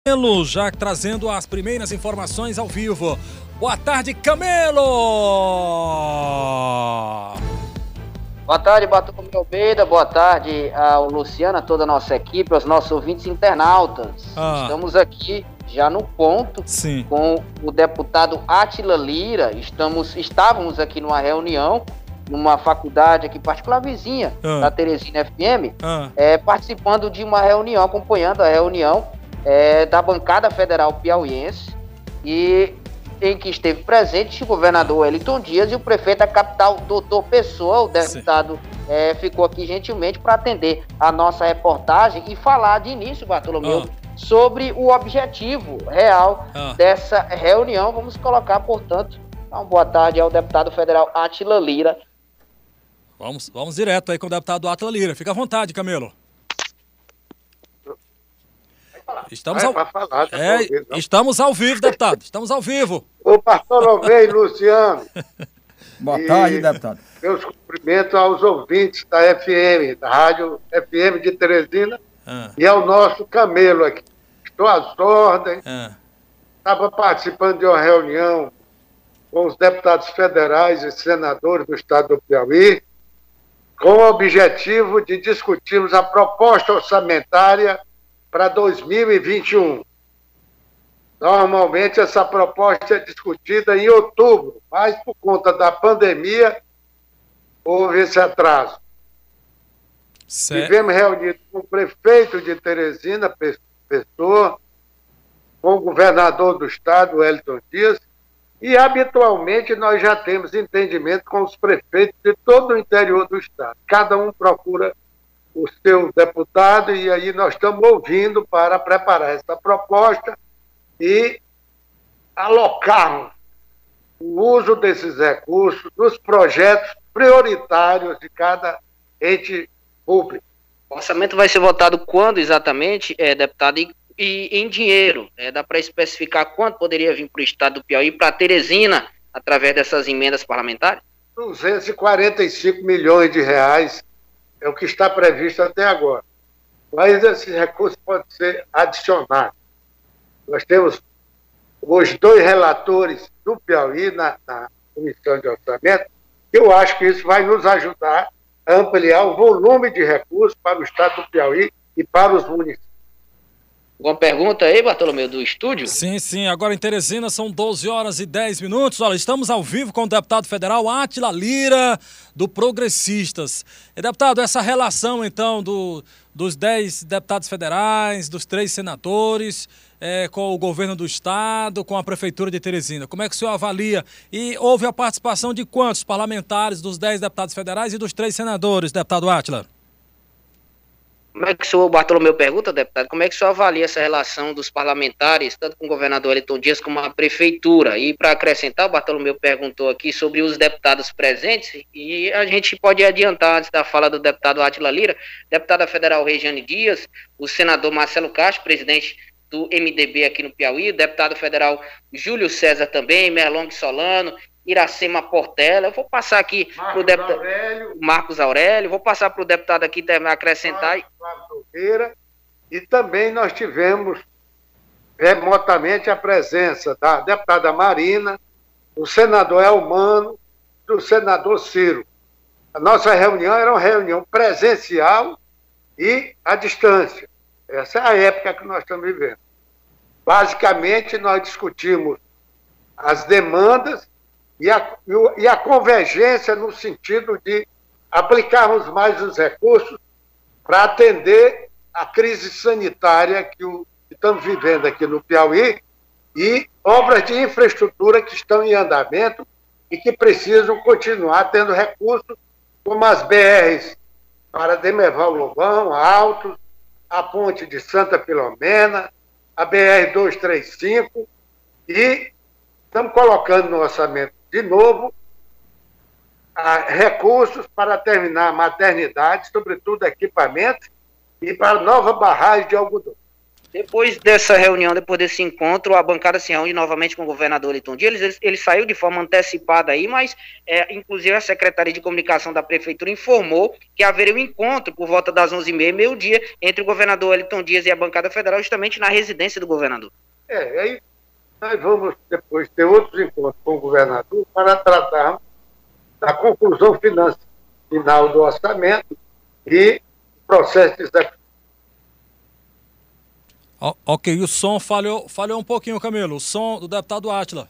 Camelo, já trazendo as primeiras informações ao vivo. Boa tarde, Camelo! Boa tarde, Bartolomeu Almeida. Boa tarde ao Luciano, a toda a nossa equipe, aos nossos ouvintes internautas. Estamos aqui já no ponto. Sim. Com o deputado Átila Lira. Estávamos aqui numa reunião, numa faculdade aqui particular vizinha da Teresina FM, participando de uma reunião, acompanhando a reunião da bancada federal piauiense, e em que esteve presente o governador Wellington Dias e o prefeito da capital, doutor Pessoa. O deputado ficou aqui gentilmente para atender a nossa reportagem e falar de início, Bartolomeu, sobre o objetivo real dessa reunião. Vamos colocar, portanto, uma boa tarde ao deputado federal Átila Lira. Vamos direto aí com o deputado Átila Lira. Fica à vontade, Camelo. Estamos ao vivo, deputado. Estamos ao vivo. Ô, Bartolomeu e Luciano. Boa tarde, deputado. Meus cumprimentos aos ouvintes da FM, da Rádio FM de Teresina, e ao nosso Camelo aqui. Estou às ordens. Estava participando de uma reunião com os deputados federais e senadores do estado do Piauí, com o objetivo de discutirmos a proposta orçamentária para 2021. Normalmente essa proposta é discutida em outubro, mas por conta da pandemia houve esse atraso. Tivemos reunidos com o prefeito de Teresina, Pessoa, com o governador do estado, Wellington Dias, e habitualmente nós já temos entendimento com os prefeitos de todo o interior do estado. Cada um procura o seu deputado, e aí nós estamos ouvindo para preparar essa proposta e alocarmos o uso desses recursos nos projetos prioritários de cada ente público. O orçamento vai ser votado quando exatamente, deputado? E em dinheiro, dá para especificar quanto poderia vir para o estado do Piauí, para Teresina, através dessas emendas parlamentares? 245 milhões de reais é o que está previsto até agora. Mas esse recurso pode ser adicionado. Nós temos os dois relatores do Piauí na Comissão de Orçamento. Eu acho que isso vai nos ajudar a ampliar o volume de recursos para o estado do Piauí e para os municípios. Alguma pergunta aí, Bartolomeu, do estúdio? Sim. Agora em Teresina são 12h10. Olha, estamos ao vivo com o deputado federal Átila Lira, do Progressistas. E, deputado, essa relação, então, dos 10 deputados federais, dos 3 senadores, com o governo do estado, com a prefeitura de Teresina, como é que o senhor avalia? E houve a participação de quantos parlamentares, dos 10 deputados federais e dos 3 senadores, deputado Átila? Como é que o senhor, Bartolomeu, pergunta, deputado, como é que o senhor avalia essa relação dos parlamentares, tanto com o governador Wellington Dias como a prefeitura? E para acrescentar, o Bartolomeu perguntou aqui sobre os deputados presentes, e a gente pode adiantar, antes da fala do deputado Átila Lira, deputada federal Regiane Dias, o senador Marcelo Castro, presidente do MDB aqui no Piauí, o deputado federal Júlio César também, Merlong Solano, Iracema Portela. Eu vou passar aqui para o deputado Marcos Aurélio, vou passar para o deputado aqui acrescentar. E também nós tivemos remotamente a presença da deputada Marina, do senador Elmano, do senador Ciro. A nossa reunião era uma reunião presencial e à distância. Essa é a época que nós estamos vivendo. Basicamente, nós discutimos as demandas e a convergência no sentido de aplicarmos mais os recursos para atender a crise sanitária que estamos vivendo aqui no Piauí, e obras de infraestrutura que estão em andamento e que precisam continuar tendo recursos, como as BRs para Demerval Lobão, Altos, a ponte de Santa Filomena, a BR-235, e estamos colocando no orçamento de novo recursos para terminar a maternidade, sobretudo equipamentos, e para a nova barragem de algodão. Depois dessa reunião, depois desse encontro, a bancada se reúne novamente com o governador Wellington Dias. Ele saiu de forma antecipada aí, mas inclusive a Secretaria de Comunicação da Prefeitura informou que haveria um encontro por volta das 11h30, meio-dia, entre o governador Wellington Dias e a bancada federal, justamente na residência do governador. Aí nós vamos depois ter outros encontros com o governador para tratar da conclusão final do orçamento e processo de execução. Ok, o som falhou um pouquinho, Camilo. O som do deputado Átila.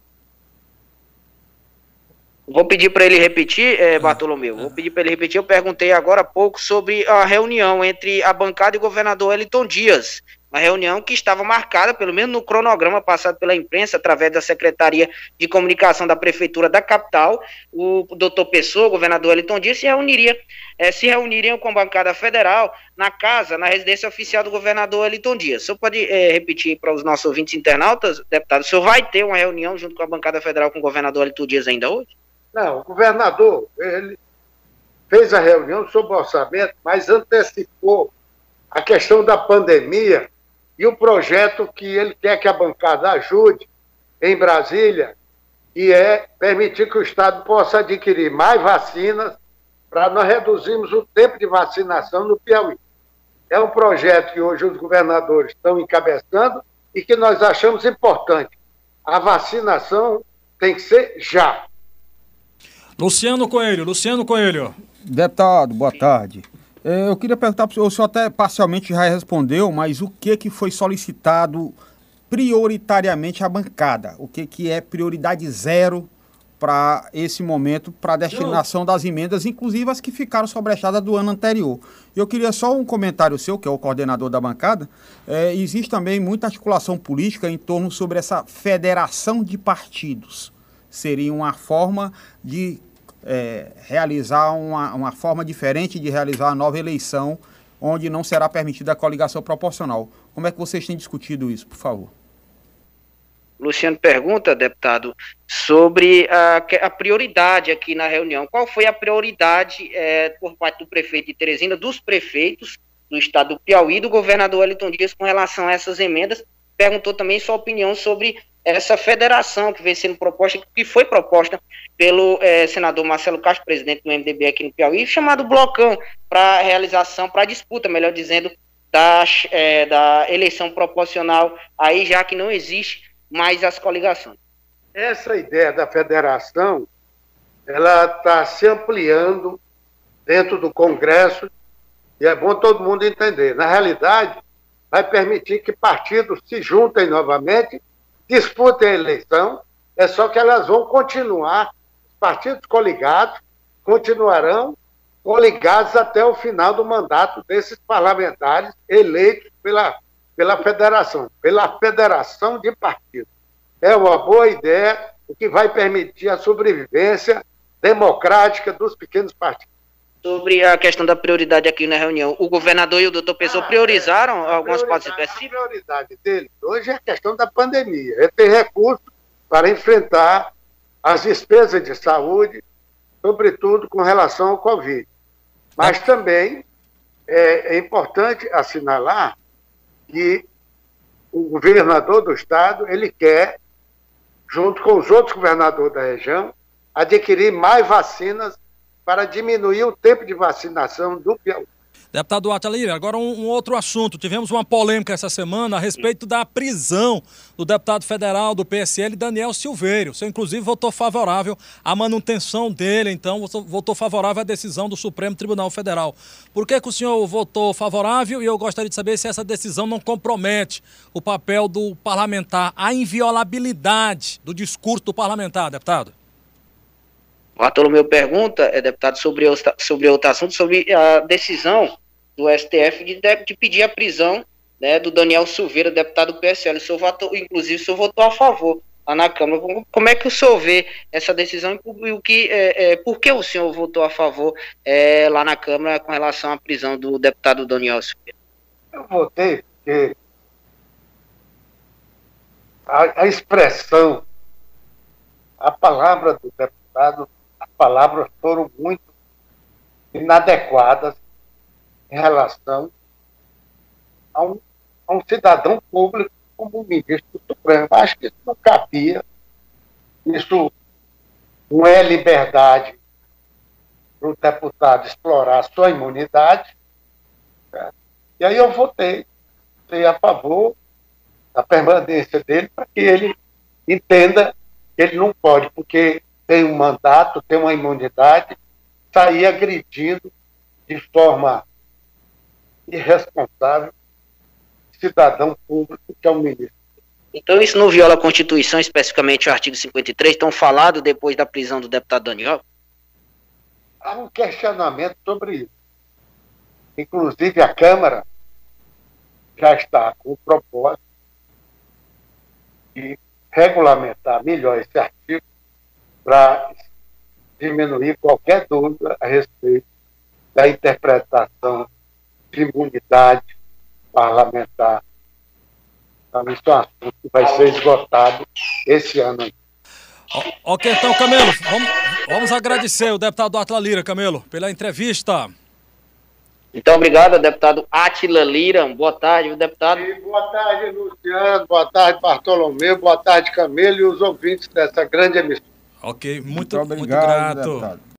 Vou pedir para ele repetir, Bartolomeu. Vou pedir para ele repetir. Eu perguntei agora há pouco sobre a reunião entre a bancada e o governador Wellington Dias. Uma reunião que estava marcada, pelo menos no cronograma passado pela imprensa, através da Secretaria de Comunicação da Prefeitura da capital. O doutor Pessoa, o governador Wellington Dias, se reuniriam com a bancada federal na residência oficial do governador Wellington Dias. O senhor pode repetir para os nossos ouvintes internautas, deputado, o senhor vai ter uma reunião junto com a bancada federal com o governador Wellington Dias ainda hoje? Não, o governador, ele fez a reunião sobre o orçamento, mas antecipou a questão da pandemia e o projeto que ele quer que a bancada ajude em Brasília, que é permitir que o Estado possa adquirir mais vacinas para nós reduzirmos o tempo de vacinação no Piauí. É um projeto que hoje os governadores estão encabeçando e que nós achamos importante. A vacinação tem que ser já. Luciano Coelho. Deputado, boa tarde. Eu queria perguntar para o senhor, até parcialmente já respondeu, mas o que foi solicitado prioritariamente à bancada? O que é prioridade zero para esse momento, para a destinação das emendas, inclusive as que ficaram sobreachadas do ano anterior? Eu queria só um comentário seu, que é o coordenador da bancada. Existe também muita articulação política em torno sobre essa federação de partidos. Seria uma forma de realizar uma forma diferente de realizar a nova eleição, onde não será permitida a coligação proporcional. Como é que vocês têm discutido isso, por favor? Luciano pergunta, deputado, sobre a prioridade aqui na reunião. Qual foi a prioridade por parte do prefeito de Teresina, dos prefeitos do estado do Piauí e do governador Wellington Dias com relação a essas emendas? Perguntou também sua opinião sobre essa federação que vem sendo proposta, que foi proposta pelo senador Marcelo Castro, presidente do MDB aqui no Piauí, chamado Blocão, para realização, para disputa, melhor dizendo, da eleição proporcional, aí já que não existe mais as coligações. Essa ideia da federação, ela está se ampliando dentro do Congresso, e é bom todo mundo entender. Na realidade, vai permitir que partidos se juntem novamente, disputem a eleição, é só que elas vão continuar, os partidos coligados continuarão coligados até o final do mandato desses parlamentares eleitos pela federação de partidos. É uma boa ideia, o que vai permitir a sobrevivência democrática dos pequenos partidos. Sobre a questão da prioridade aqui na reunião, o governador e o doutor Pessoa priorizaram algumas partes específicas? A prioridade dele hoje é a questão da pandemia. Ele tem recursos para enfrentar as despesas de saúde, sobretudo com relação ao Covid. Mas também é importante assinalar que o governador do estado, ele quer, junto com os outros governadores da região, adquirir mais vacinas para diminuir o tempo de vacinação do Piauí. Deputado Átila Lira, agora um outro assunto. Tivemos uma polêmica essa semana a respeito da prisão do deputado federal do PSL, Daniel Silveira. O senhor, inclusive, votou favorável à manutenção dele, então, votou favorável à decisão do Supremo Tribunal Federal. Por que o senhor votou favorável? E eu gostaria de saber se essa decisão não compromete o papel do parlamentar, a inviolabilidade do discurso do parlamentar, deputado. Bartolomeu pergunta, deputado, sobre outro assunto, sobre a decisão do STF de pedir a prisão, né, do Daniel Silveira, deputado do PSL. Inclusive, o senhor votou a favor lá na Câmara. Como é que o senhor vê essa decisão e por que o senhor votou a favor lá na Câmara com relação à prisão do deputado Daniel Silveira? Eu votei porque a expressão, a palavra do deputado, as palavras foram muito inadequadas em relação a um a um cidadão público como o ministro do Supremo. Acho que isso não cabia. Isso não é liberdade para o deputado explorar a sua imunidade. Né? E aí eu votei a favor da permanência dele para que ele entenda que ele não pode, porque tem um mandato, tem uma imunidade, sair agredindo de forma irresponsável cidadão público que é o ministro. Então isso não viola a Constituição, especificamente o artigo 53, tão falado depois da prisão do deputado Daniel? Há um questionamento sobre isso. Inclusive a Câmara já está com o propósito de regulamentar melhor esse artigo para diminuir qualquer dúvida a respeito da interpretação de imunidade parlamentar. Então, isso é um assunto que vai ser esgotado esse ano aí. Ok, então, Camelo, vamos agradecer o deputado Átila Lira, Camelo, pela entrevista. Então, obrigado, deputado Átila Lira. Boa tarde, deputado. E boa tarde, Luciano. Boa tarde, Bartolomeu. Boa tarde, Camelo e os ouvintes dessa grande emissora. Ok, muito obrigado, grato. Deputado.